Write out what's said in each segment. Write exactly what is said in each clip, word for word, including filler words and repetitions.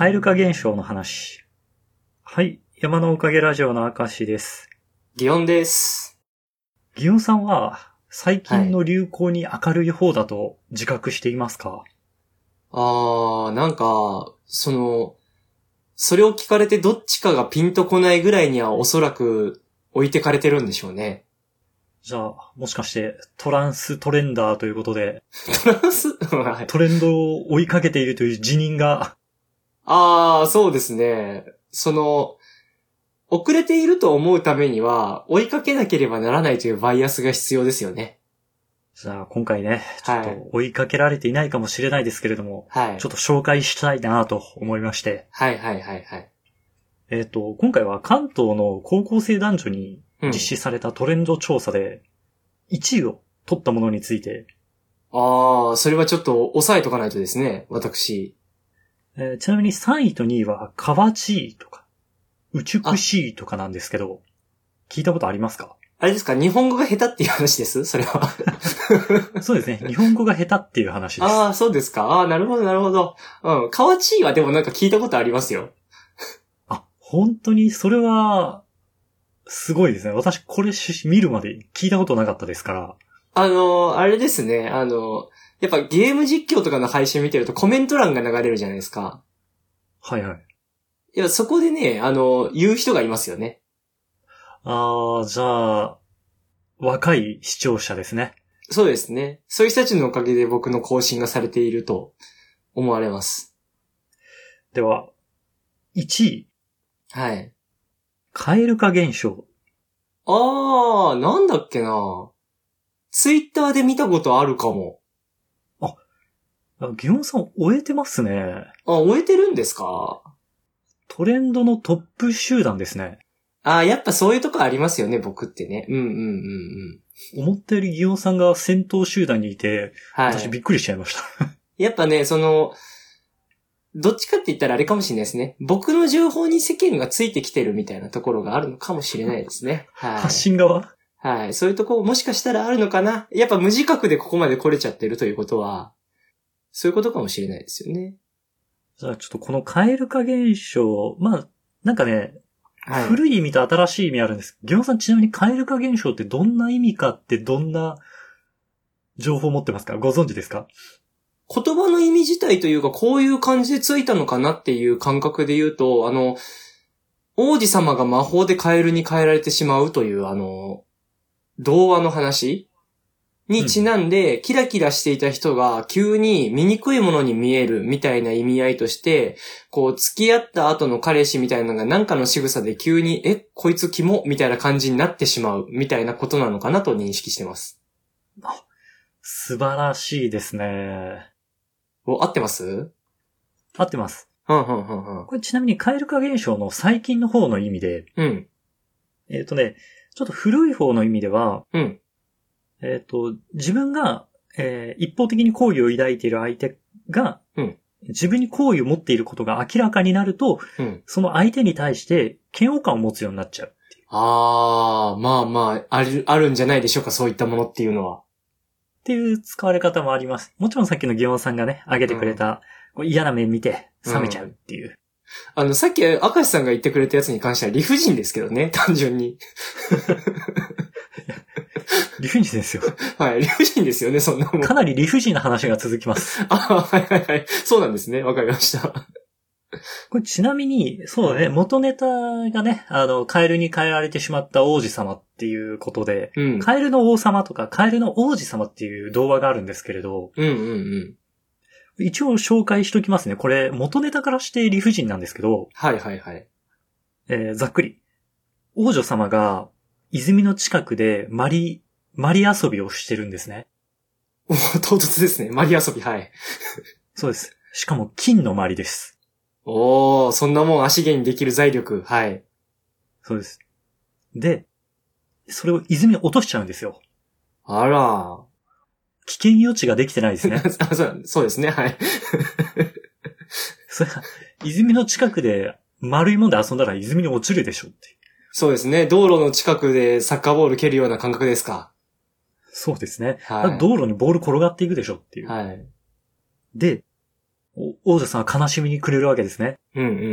蛙化現象の話。はい、山のおかげラジオの明石です。 祇園です。 祇園さんは最近の流行に明るい方だと自覚していますか？はい、 あー、なんか、その、それを聞かれてどっちかがピンとこないぐらいにはおそらく置いてかれてるんでしょうね。 じゃあ、もしかしてトランストレンダーということで、 トランスはい、 トレンドを追いかけているという自認が。 あー、そうですね。その、遅れていると思うためには追いかけなければならないというバイアスが必要ですよね。 じゃあ今回ね、ちょっと追いかけられていないかもしれないですけれども、はい、ちょっと紹介したいなと思いまして。 はいはいはいはい。 えっと、今回は関東の高校生男女に実施されたトレンド調査で、いちいを取ったものについて。 うん、ああ、それはちょっと抑えとかないとですね、私。 えー、ちなみにさんいとにいは、かわちいとか、うちゅくしいとかなんですけど、聞いたことありますか？ あれですか、日本語が下手っていう話ですそれは。 そうですね。日本語が下手っていう話です。 ああ、そうですか。ああ、なるほど、なるほど。うん。かわちいはでもなんか聞いたことありますよ。 あ、本当にそれは、すごいですね。私これ見るまで聞いたことなかったですから。 あの、あれですね。あの、やっぱゲーム実況とかの配信見てるとコメント欄が流れるじゃないですか。 はいはい。 いや、そこでね、あの、言う人がいますよね。 ああ、じゃあ、若い視聴者ですね。 そうですね。そういう人たちのおかげで僕の更新がされていると思われます。 では、いちい。 はい。 蛙化現象。 あー、なんだっけな。ツイッターで見たことあるかも。 あ、祇園さん終えてますね。 あ、終えてるんですか？ トレンドのトップ集団ですね。 ああ、やっぱそういうとこありますよね、僕ってね。うんうんうんうん。思ったより祇園さんが先頭集団にいて、はい、私びっくりしちゃいました。 やっぱね、その、どっちかって言ったらあれかもしれないですね。僕の情報に世間がついてきてるみたいなところがあるのかもしれないですね。はい、 発信側？ はい。そういうとこもしかしたらあるのかな。やっぱ無自覚でここまで来れちゃってるということは、そういうことかもしれないですよね。 じゃあちょっとこの蛙化現象、まあ、なんかね、はい、古い意味と新しい意味あるんです。祇園さんちなみに蛙化現象ってどんな意味かってどんな情報を持ってますか？ご存知ですか？ 言葉の意味自体というかこういう感じでついたのかなっていう感覚で言うと、あの、王子様が魔法でカエルに変えられてしまうというあの、童話の話にちなんで、うん、キラキラしていた人が急に醜いものに見えるみたいな意味合いとして、こう付き合った後の彼氏みたいなのが何かの仕草で急に、え、こいつキモみたいな感じになってしまうみたいなことなのかなと認識してます。 あ、素晴らしいですね。 お、合ってます？ 合ってます。 うんうんうんうん。 これちなみに蛙化現象の最近の方の意味で、 うん。 えっとね、ちょっと古い方の意味では、 うん。 えっと、自分が、えー、一方的に好意を抱いている相手が、 うん、 自分に好意を持っていることが明らかになると、 うん、 その相手に対して嫌悪感を持つようになっちゃうっていう。 ああ、まあまあ、ある、あるんじゃないでしょうか、そういったものっていうのは。 っていう使われ方もあります。もちろんさっきの祇園さんがね、挙げてくれた、うん、嫌な目見て冷めちゃうっていう。うん、 あの、さっき明石さんが言ってくれたやつに関しては理不尽ですけどね、単純に。 理不尽ですよ。 はい、理不尽ですよね、そんなもん。 かなり理不尽な話が続きます。 あ、はいはいはい。そうなんですね。わかりました。 これちなみに、そうね、元ネタがね、あの、カエルに変えられてしまった王子様っていうことで、うん、カエルの王様とかカエルの王子様っていう童話があるんですけれど、 うんうんうん、 一応紹介しときますね。これ元ネタからして理不尽なんですけど、 はいはいはい。 えー、ざっくり。王女様が泉の近くでマリ、マリ遊びをしてるんですね。 お、唐突ですね。マリ遊び、はい。 そうです。しかも金のマリです。 おー、そんなもん足毛にできる財力。はい。 そうです。で、それを泉に落としちゃうんですよ。 あら。 危険予知ができてないですね。 そうそうですね、はい。 それ泉の近くで丸いもんで遊んだら泉に落ちるでしょって。 そうですね。道路の近くでサッカーボール蹴るような感覚ですか。 そうですね。 はい、 道路にボール転がっていくでしょっていう。 はい。 で、お王女さんは悲しみに暮れるわけですね。 うんうんうん。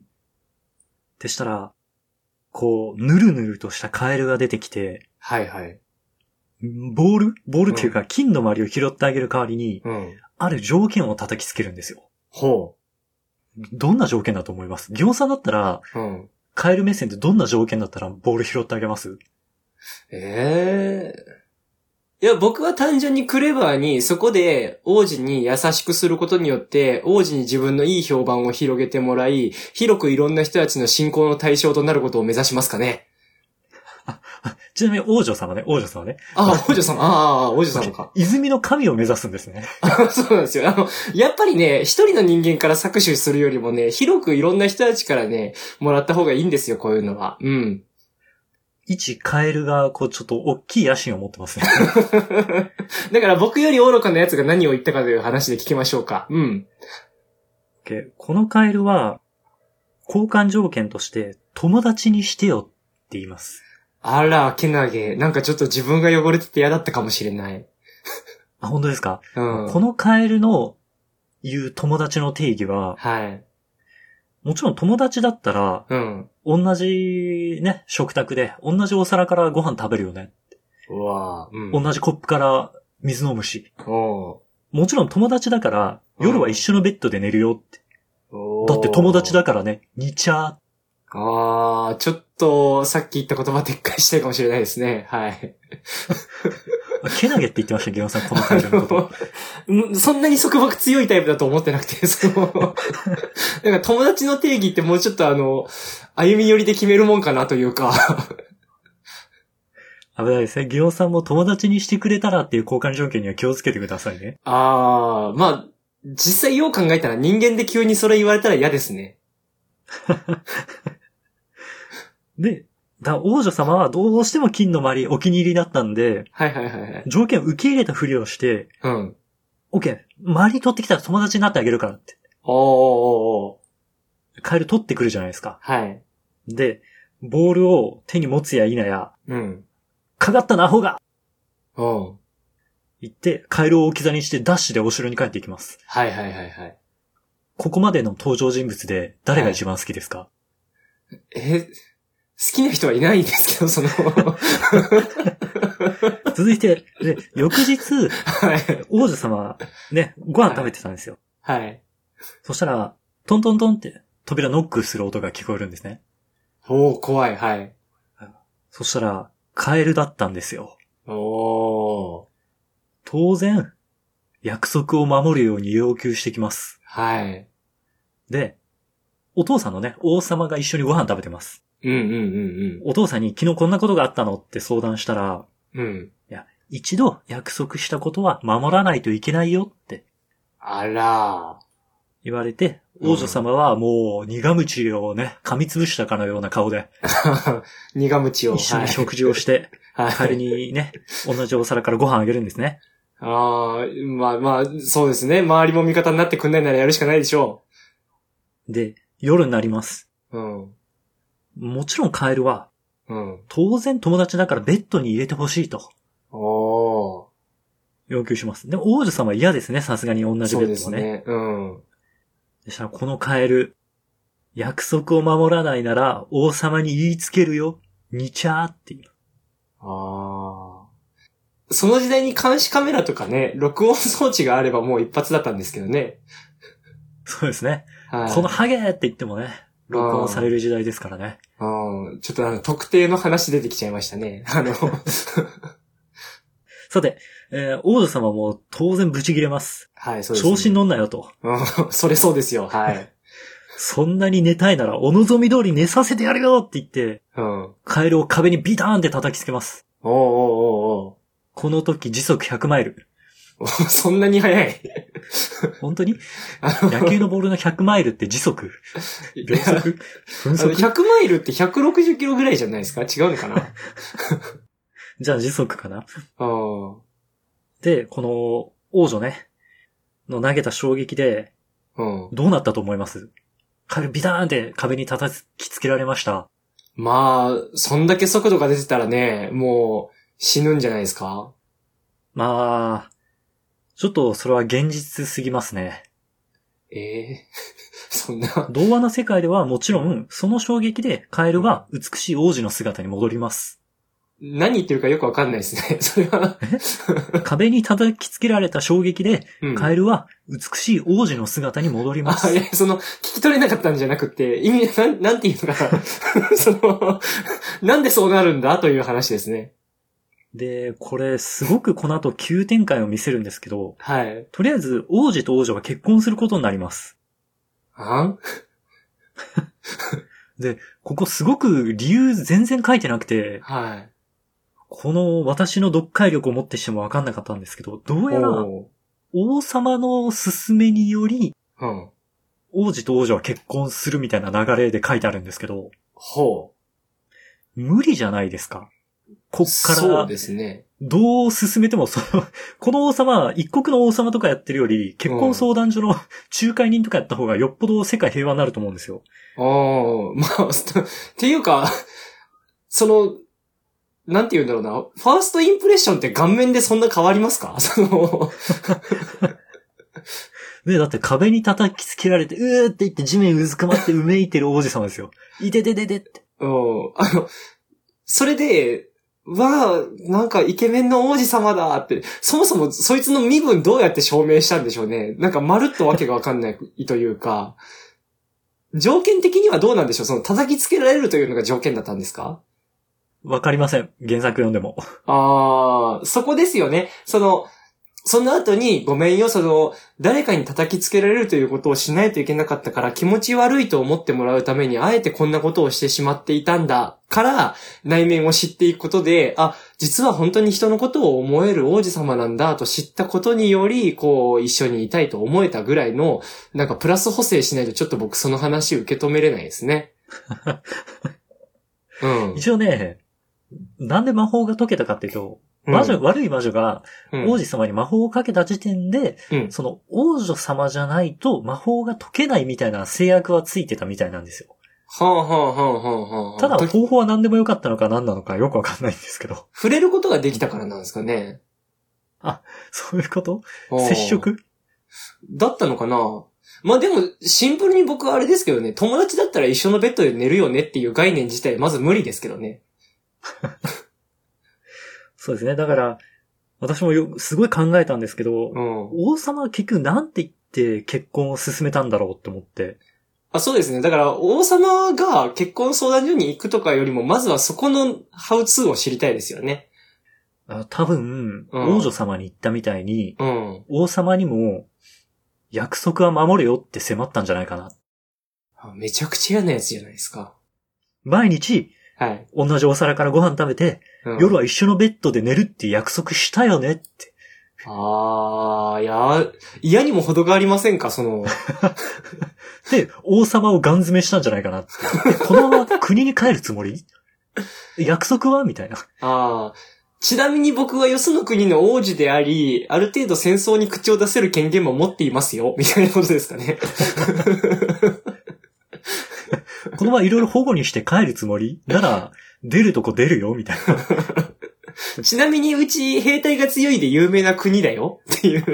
でしたら、こう、ぬるぬるとしたカエルが出てきて、 はいはい。 ボールボールっていうか、金の周りを拾ってあげる代わりに、 うん、 ある条件を叩きつけるんですよ。 ほう。どんな条件だと思います？ギョンさんだったら、 うん、 カエル目線でどんな条件だったらボール拾ってあげます？ ええー。いや、僕は単純にクレバーに、そこで王子に優しくすることによって、王子に自分のいい評判を広げてもらい、広くいろんな人たちの信仰の対象となることを目指しますかね。 ちなみに王女様ね、王女様ね。 ああ、王女様、ああ、王女様か。 泉の神を目指すんですね。 そうなんですよ。あの、やっぱりね、一人の人間から搾取するよりもね、広くいろんな人たちからね、もらった方がいいんですよ、こういうのは。うん。 一カエルが、こう、ちょっと大きい野心を持ってますね。 だから僕より愚かな奴が何を言ったかという話で聞きましょうか。うん。 このカエルは、交換条件として、友達にしてよって言います。 あら、けなげ。なんかちょっと自分が汚れてて嫌だったかもしれない。 あ、本当ですか？ うん。 このカエルの言う友達の定義は、 はい。 もちろん友達だったら、 うん。 同じね、食卓で、同じお皿からご飯食べるよね。 うわ、うん、 同じコップから水飲むし。 おもちろん友達だから、夜は一緒のベッドで寝るよって。 うん、 だって友達だからね、にちゃー。 あー、ちょっと、さっき言った言葉撤回したいかもしれないですね。はい。 けなげって言ってました、ゲノさん、このカエルのこと。 そんなに束縛強いタイプだと思ってなくて、その、なんか友達の定義ってもうちょっとあの、歩み寄りで決めるもんかなというか。 危ないですね。ギオンさんも友達にしてくれたらっていう交換条件には気をつけてくださいね。 あー、まあ、実際よう考えたら人間で急にそれ言われたら嫌ですね。 で、だ王女様はどうしても金の周りお気に入りだったんで、 はいはいはいはい。 条件を受け入れたふりをして、 うん。 オッケー、周り取ってきたら友達になってあげるからって。 おーおーおー。カエル取ってくるじゃないですか。 はい。 で、ボールを手に持つや否や、 うん。 かかったな、アホがおう。 言って、カエルを置き去りにしてダッシュでお城に帰っていきます。 はいはいはいはい。 ここまでの登場人物で誰が一番好きですか？はい、 え、好きな人はいないんですけど、その。 続いて、で、翌日、 はい、 王女様、ね、ご飯食べてたんですよ。 はい。はい、 そしたら、トントントンって扉ノックする音が聞こえるんですね。 おー、怖い、はい。 そしたら、カエルだったんですよ。 おー。 当然、約束を守るように要求してきます。 はい。 で、お父さんのね、王様が一緒にご飯食べてます。 うんうんうんうん。 お父さんに昨日こんなことがあったのって相談したら、 うん。 いや、一度約束したことは守らないといけないよって。 あらー。 言われて、王女様はもう苦鞭をね、噛みつぶしたかのような顔で。 苦鞭を。 一緒に食事をして、はい、カエルにね、同じお皿からご飯あげるんですね。 ああ、まあまあ、そうですね。周りも味方になってくんないならやるしかないでしょう。で、夜になります。 うん。 もちろんカエルは、 うん。 当然友達だからベッドに入れてほしいと。 おー。 要求します。でも王女様は嫌ですね、さすがに同じベッドもね。 そうですね。うん。 でしたらこのカエル、約束を守らないなら王様に言いつけるよ。にちゃーっていう。 ああ。その時代に監視カメラとかね、録音装置があればもう一発だったんですけどね。 そうですね。 はい、 このハゲーって言ってもね、録音される時代ですからね。 ああ、ちょっとあの、特定の話出てきちゃいましたね。あの。 さて、えー、王女様も当然ブチ切れます。 はい、そうです、ね。 調子に乗んなよと。 それそうですよ、はい。 そんなに寝たいならお望み通り寝させてやるよって言って、 うん、 カエルを壁にビターンって叩きつけます。 おーおーおーおー。 この時時速ひゃくマイル。 そんなに速い本当に野球のボールのひゃくマイルって時速秒速分速ひゃくマイルってひゃくろくじゅっキロぐらいじゃないですか？違うのかなじゃあ時速かなあで、この王女ね、の投げた衝撃で、 うん、 どうなったと思います？カエルビターンって壁に叩きつけられました。 まあ、そんだけ速度が出てたらね、もう死ぬんじゃないですか？ まあ、ちょっとそれは現実すぎますね。 ええー、そんな。 童話の世界ではもちろん、その衝撃でカエルは美しい王子の姿に戻ります。 何言ってるかよくわかんないですね。それは。 壁に叩きつけられた衝撃で、うん、カエルは美しい王子の姿に戻ります。 あ、いや、その、聞き取れなかったんじゃなくて、意味、なん、なんていうのかな。その、なんでそうなるんだという話ですね。 で、これ、すごくこの後急展開を見せるんですけど、 はい。 とりあえず、王子と王女が結婚することになります。 あんで、ここすごく理由全然書いてなくて、 はい。 この私の読解力をもってしても分かんなかったんですけど、どうやら王様の勧めにより、 うん、 王子と王女は結婚するみたいな流れで書いてあるんですけど、 ほう。無理じゃないですか。こっから、 そうですね。 どう進めてもその、この王様は一国の王様とかやってるより、結婚相談所の仲介人とかやった方がよっぽど世界平和になると思うんですよ。 ああ、まあ、っていうか、その、なんて言うんだろうな。ファーストインプレッションって顔面でそんな変わりますか？そのね、だって壁に叩きつけられて、うーって言って地面うずくまってうめいてる王子様ですよ。いててててって。 うん。あの、それで、わあ、なんかイケメンの王子様だって、そもそもそいつの身分どうやって証明したんでしょうね。なんかまるっとわけがわかんないというか、条件的にはどうなんでしょう？その叩きつけられるというのが条件だったんですか？ わかりません。原作読んでも。 ああ、そこですよね。その、その後に、ごめんよ、その、誰かに叩きつけられるということをしないといけなかったから、気持ち悪いと思ってもらうために、あえてこんなことをしてしまっていたんだ、から、内面を知っていくことで、あ、実は本当に人のことを思える王子様なんだ、と知ったことにより、こう、一緒にいたいと思えたぐらいの、なんかプラス補正しないとちょっと僕その話受け止めれないですね。うん。 一応ね、なんで魔法が解けたかっていうと、魔女、うん、悪い魔女が王子様に魔法をかけた時点で、うん、その王女様じゃないと魔法が解けないみたいな制約はついてたみたいなんですよ。 はあはあはあはあはあ。 ただ方法は何でもよかったのか何なのかよくわかんないんですけど。 触れることができたからなんですかね。 あ、そういうこと？接触？ だったのかな？まあでも、シンプルに僕はあれですけどね、友達だったら一緒のベッドで寝るよねっていう概念自体まず無理ですけどね。 そうですね。だから、私もよ、すごい考えたんですけど、うん、王様は結局なんて言って結婚を進めたんだろうって思って。 あ、そうですね。だから、王様が結婚相談所に行くとかよりも、まずはそこのハウツーを知りたいですよね。 あ、多分、うん、王女様に言ったみたいに、うん、王様にも、約束は守れよって迫ったんじゃないかな。 めちゃくちゃ嫌なやつじゃないですか。 毎日、はい。同じお皿からご飯食べて、うん、夜は一緒のベッドで寝るって約束したよねって。 あー、いや、嫌にも程がありませんか、その。 で、王様をガン詰めしたんじゃないかなって。このまま国に帰るつもり？約束はみたいな。 あー。ちなみに僕はよその国の王子であり、ある程度戦争に口を出せる権限も持っていますよ、みたいなことですかね。 このままいろいろ保護にして帰るつもりなら、出るとこ出るよ、みたいな。ちなみにうち兵隊が強いで有名な国だよ、っていう。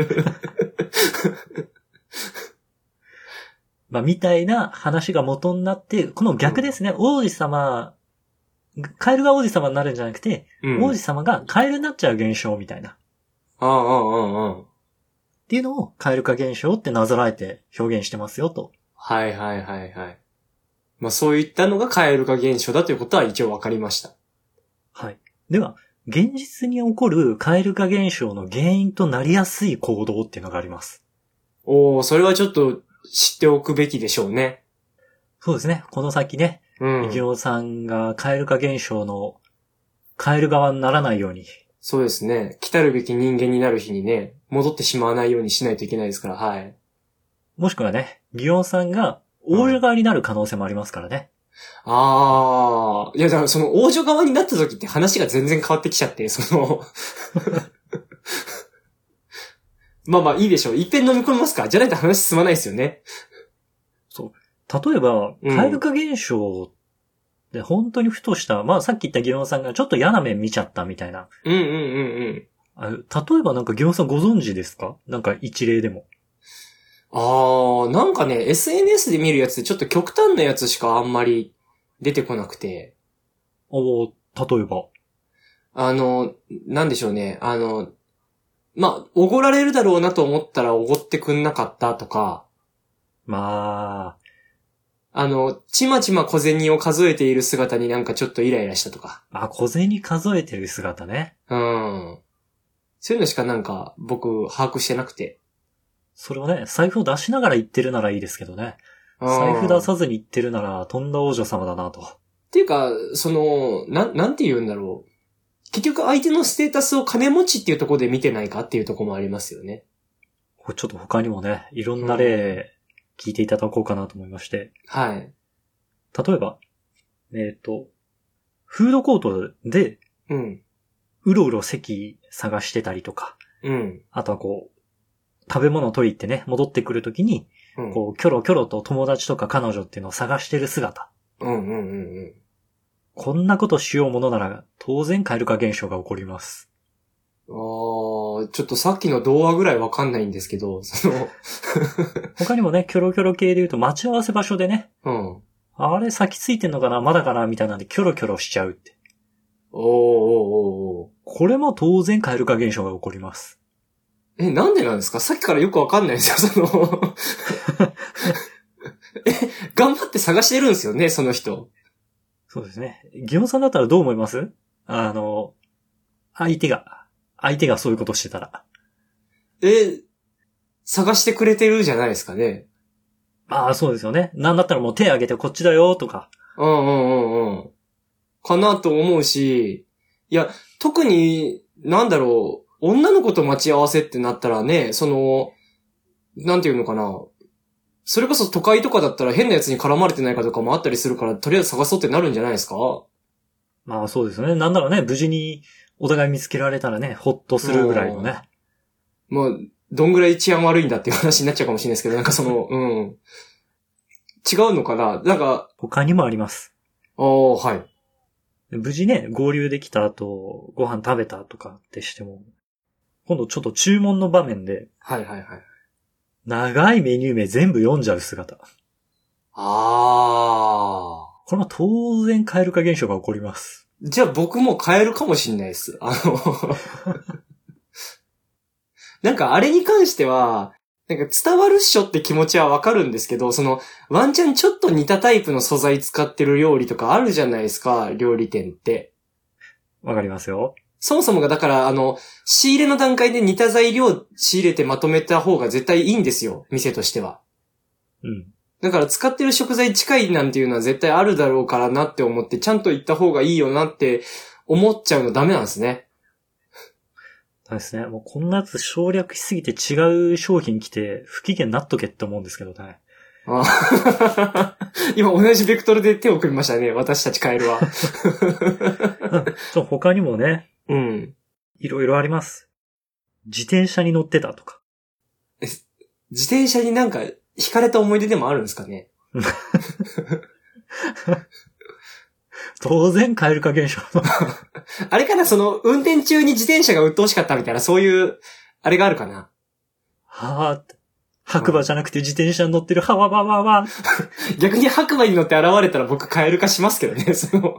まあ、みたいな話が元になって、この逆ですね、うん、王子様、カエルが王子様になるんじゃなくて、うん、王子様がカエルになっちゃう現象みたいな。 ああ、ああ、ああ。 っていうのをカエル化現象ってなぞらえて表現してますよと。 はいはいはいはい。まあそういったのがカエル化現象だということは一応わかりました。 はい。では、現実に起こるカエル化現象の原因となりやすい行動っていうのがあります。 おー、それはちょっと知っておくべきでしょうね。 そうですね。この先ね、うん。イギオさんがカエル化現象のカエル側にならないように。 そうですね。来たるべき人間になる日にね、戻ってしまわないようにしないといけないですから、はい。 もしくはね、ギオンさんが王女側になる可能性もありますからね。 うん、あー。いや、だからその王女側になった時って話が全然変わってきちゃって、その、まあまあいいでしょう。一遍飲み込みますか？じゃないと話進まないですよね。 そう。例えば、カエル化現象で本当にふとした、うん、まあさっき言ったギオンさんがちょっと嫌な目見ちゃったみたいな。 うんうんうんうん。 あ、例えばなんかギオンさんご存知ですか？なんか一例でも。 ああ、なんかね、エスエヌエス で見るやつでちょっと極端なやつしかあんまり出てこなくて。 お、例えば。 あの、なんでしょうね。あの、まあ、おごられるだろうなと思ったらおごってくんなかったとか。 まあ。 あの、ちまちま小銭を数えている姿になんかちょっとイライラしたとか。 あ、小銭数えてる姿ね。 うん。そういうのしかなんか僕把握してなくて。 それをね、財布を出しながら言ってるならいいですけどね。財布出さずに言ってるなら、とんだ王女様だなと。 っていうか、その、なん、なんて言うんだろう。結局相手のステータスを金持ちっていうところで見てないかっていうところもありますよね。 これちょっと他にもね、いろんな例聞いていただこうかなと思いまして。 はい。 例えば、えっと、フードコートで、 うん。 うろうろ席探してたりとか。 うん。 あとはこう、食べ物を取り行ってね、戻ってくるときに、 うん、 こう、キョロキョロと友達とか彼女っていうのを探してる姿。 うんうんうんうん。 こんなことしようものなら、当然蛙化現象が起こります。 あー、ちょっとさっきの童話ぐらいわかんないんですけど、その他にもね、キョロキョロ系で言うと待ち合わせ場所でね、 うん。 あれ先ついてんのかなまだかなみたいなんでキョロキョロしちゃうって。 おーおーおーおー。 これも当然蛙化現象が起こります。 え、なんでなんですか？さっきからよくわかんないですよ、そのえ、頑張って探してるんですよね、その人。 そうですね。ギオンさんだったらどう思います？あの、相手が、相手がそういうことしてたら。 え、探してくれてるじゃないですかね。 ああ、そうですよね。なんだったらもう手挙げてこっちだよとか。 うんうんうんうん。かなと思うし、いや、特に、なんだろう、女の子と待ち合わせってなったらね、その、なんていうのかな。それこそ都会とかだったら変なやつに絡まれてないかとかもあったりするから、とりあえず探そうってなるんじゃないですか？ まあそうですよね。なんだろうね、無事にお互い見つけられたらね、ほっとするぐらいのね。 まあ、どんぐらい治安悪いんだっていう話になっちゃうかもしれないですけど、なんかその、うん。違うのかな？なんか。 他にもあります。 ああ、はい。 無事ね、合流できた後、ご飯食べたとかってしても、今度ちょっと注文の場面で、 はいはいはい。 長いメニュー名全部読んじゃう姿。 ああ。 これも当然蛙化現象が起こります。 じゃあ僕も変えるかもしんないです。あの、なんかあれに関しては、なんか伝わるっしょって気持ちはわかるんですけど、その、ワンチャンちょっと似たタイプの素材使ってる料理とかあるじゃないですか、料理店って。 わかりますよ。 そもそもがだから、あの、仕入れの段階で似た材料仕入れてまとめた方が絶対いいんですよ、店としては。 うん。 だから使ってる食材近いなんていうのは絶対あるだろうからなって思って、ちゃんと言った方がいいよなって思っちゃうのダメなんですね。 そうですね。もうこんなやつ省略しすぎて違う商品来て不機嫌になっとけって思うんですけどね。 あ今同じベクトルで手を組みましたね、私たちカエルは。 他にもね。 うん。 いろいろあります。自転車に乗ってたとか。 え、自転車になんか惹かれた思い出でもあるんですかね？ 当然蛙化現象。 あれかな、その運転中に自転車が鬱陶しかったみたいな、そういう、あれがあるかな。 はぁ、白馬じゃなくて自転車に乗ってる、はわわわわ。 逆に白馬に乗って現れたら僕蛙化しますけどね、その。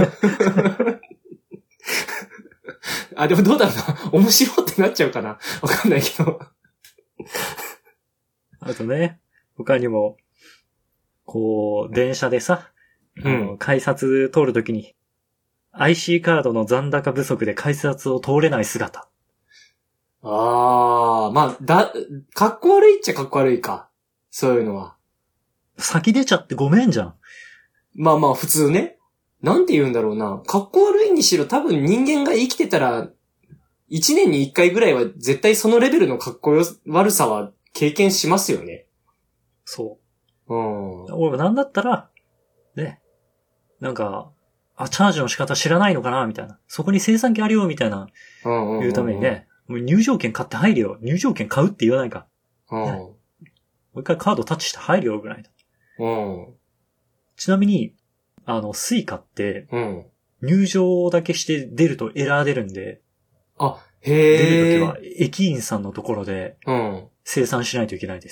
あ、でもどうだろうな。面白ってなっちゃうかな。わかんないけど。 あとね、他にも、こう、電車でさ、あの、うん、改札通るときに、アイシー カードの残高不足で改札を通れない姿。 ああ、まあ、だ、かっこ悪いっちゃかっこ悪いか。そういうのは。 先出ちゃってごめんじゃん。 まあまあ、普通ね。なんて言うんだろうな。かっこ悪いにしろ多分人間が生きてたら、一年に一回ぐらいは絶対そのレベルのかっこよ悪さは経験しますよね。 そう。 うん。 俺もなんだったら、ね。なんか、あ、チャージの仕方知らないのかなみたいな。そこに生産機あるよみたいな。 うんうんうんうん、 言うためにね。もう入場券買って入るよ。入場券買うって言わないか。 うん。 ね、もう一回カードタッチして入るよぐらいだ。 うん。 ちなみに、あの、スイカって、 うん。 入場だけして出るとエラー出るんで。 あ、へえ。 出るときは駅員さんのところで、 うん。 生産しないといけないです。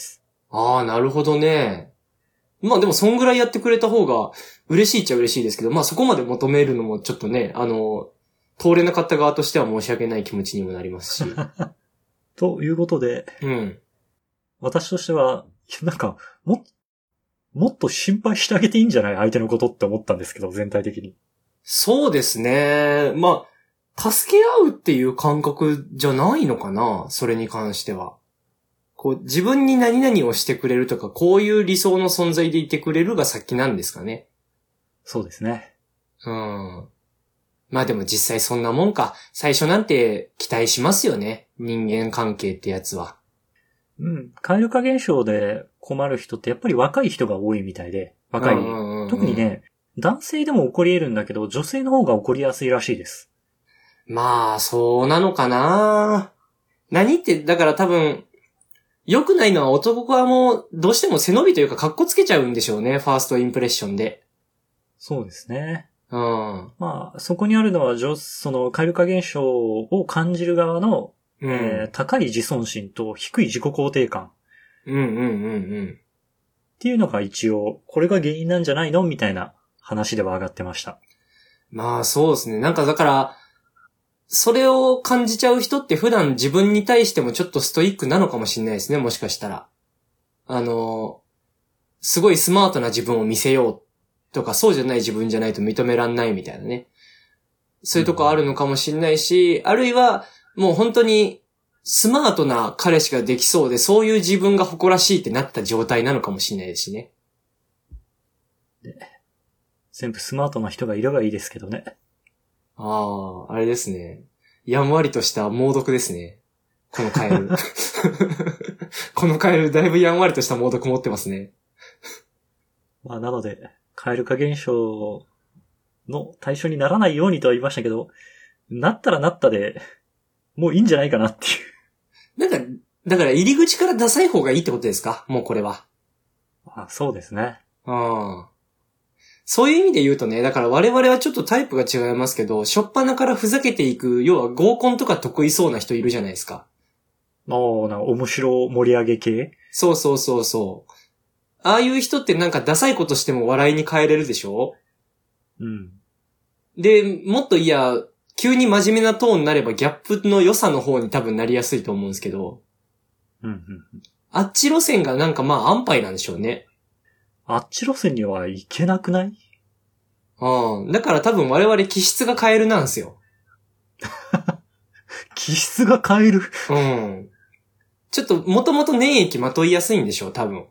ああ、なるほどね。まあでもそんぐらいやってくれた方が嬉しいっちゃ嬉しいですけど、まあそこまで求めるのもちょっとね、あの、通れなかった側としては申し訳ない気持ちにもなりますし。 ということで、 うん。 私としては、なんか、も、もっと心配してあげていいんじゃない相手のことって思ったんですけど、全体的に。 そうですね。まあ、助け合うっていう感覚じゃないのかな、それに関しては。こう、自分に何々をしてくれるとか、こういう理想の存在でいてくれるが先なんですかね。 そうですね。 うん。まあでも実際そんなもんか。最初なんて期待しますよね。人間関係ってやつは。 うん。蛙化現象で困る人ってやっぱり若い人が多いみたいで、若い。 うんうんうんうん、 特にね、男性でも起こり得るんだけど、女性の方が起こりやすいらしいです。 まあ、そうなのかな。何って、だから多分、良くないのは男側もどうしても背伸びというか格好つけちゃうんでしょうね。ファーストインプレッションで。 そうですね。 うん。 まあ、そこにあるのは、その、蛙化現象を感じる側の、うん、えー、高い自尊心と低い自己肯定感。 うんうんうんうん。 っていうのが一応、これが原因なんじゃないのみたいな話では上がってました。 まあそうですね。なんかだから、それを感じちゃう人って普段自分に対してもちょっとストイックなのかもしれないですね。もしかしたら。あの、すごいスマートな自分を見せようとか、そうじゃない自分じゃないと認めらんないみたいなね。そういうとこあるのかもしれないし、うん、あるいはもう本当にスマートな彼氏ができそうで、そういう自分が誇らしいってなった状態なのかもしれないですしね。 で、全部スマートな人がいればいいですけどね。 ああ、あれですね。やんわりとした猛毒ですね。このカエル。このカエルだいぶやんわりとした猛毒持ってますね。 まあなので、蛙化現象の対象にならないようにとは言いましたけど、なったらなったで、もういいんじゃないかなっていう。 なんか、だから入り口からダサい方がいいってことですか？もうこれは。 あ、そうですね。 うん。そういう意味で言うとね、だから我々はちょっとタイプが違いますけど、初っ端からふざけていく、要は合コンとか得意そうな人いるじゃないですか。 おー、なんか面白盛り上げ系？ そうそうそうそう。ああいう人ってなんかダサいことしても笑いに変えれるでしょ？ うん。 で、もっといや、急に真面目なトーンになればギャップの良さの方に多分なりやすいと思うんですけど。 うんうん。 あっち路線がなんかまあ安牌なんでしょうね。 あっち路線には行けなくない？ うん。だから多分我々気質がカエルなんですよ。 気質がカエル？ うん。ちょっともともと粘液まといやすいんでしょう、多分。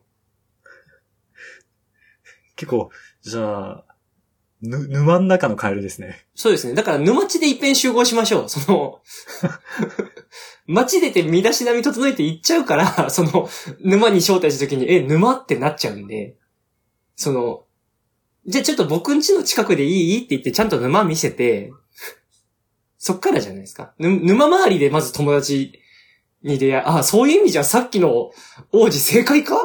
結構、じゃあ、ぬ、沼の中のカエルですね。 そうですね。だから沼地で一遍集合しましょう。その、街出て身だしなみ整えて行っちゃうから、その、沼に招待した時に、え、沼ってなっちゃうんで、その、じゃあちょっと僕ん家の近くでいいって言ってちゃんと沼見せて、そっからじゃないですか。ぬ沼周りでまず友達に出会い、あ、そういう意味じゃさっきの王子正解か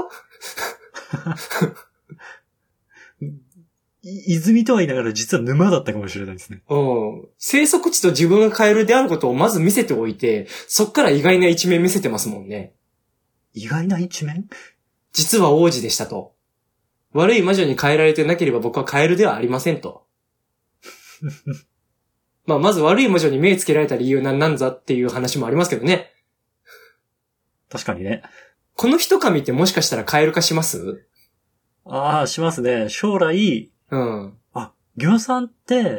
泉とは言いながら実は沼だったかもしれないですね。 うん。生息地と自分がカエルであることをまず見せておいて、そっから意外な一面見せてますもんね。 意外な一面？ 実は王子でしたと。悪い魔女に変えられてなければ僕はカエルではありませんと。まあまず悪い魔女に目つけられた理由なんなんざっていう話もありますけどね。 確かにね。 この一噛ってもしかしたらカエル化します？ ああ、しますね。将来、 うん。 あ、ギョンさんって、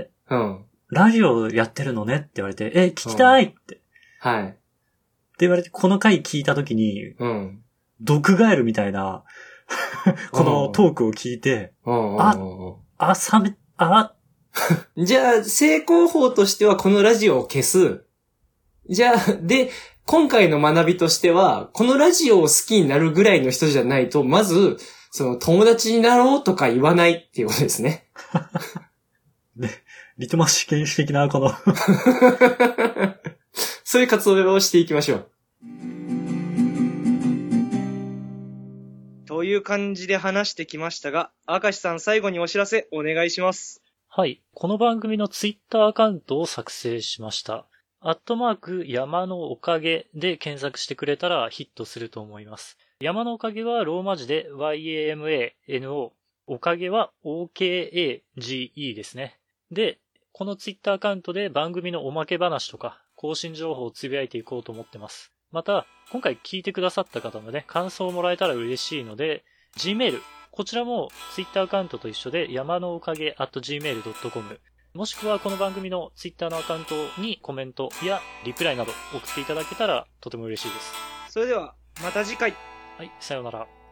うん。 ラジオやってるのねって言われて、え、聞きたいって。 うん、はい。 って言われて、この回聞いたときに、 うん。 毒ガエルみたいな、このトークを聞いて、 うん、 あ、あ、さめ、あ、 じゃあ、成功法としてはこのラジオを消す。じゃあ、で、今回の学びとしては、このラジオを好きになるぐらいの人じゃないと、まず、その友達になろうとか言わないっていうことですね。 で、リトマス試験紙的なこのそういう活動をしていきましょう。という感じで話してきましたが、明石さん最後にお知らせお願いします。 はい。この番組のツイッターアカウントを作成しました。 アットマーク山のおかげで検索してくれたらヒットすると思います。山のおかげはローマ字で ワイエーエムエーエヌオー、おかげは オーケーエージーイー ですね。で、このツイッターアカウントで番組のおまけ話とか更新情報をつぶやいていこうと思ってます。また、今回聞いてくださった方もね、感想をもらえたら嬉しいので、Gmail、こちらもツイッターアカウントと一緒で山のおかげ アットジーメールドットコム、もしくはこの番組のツイッターのアカウントにコメントやリプライなど送っていただけたらとても嬉しいです。 それでは、また次回。 はい、さようなら。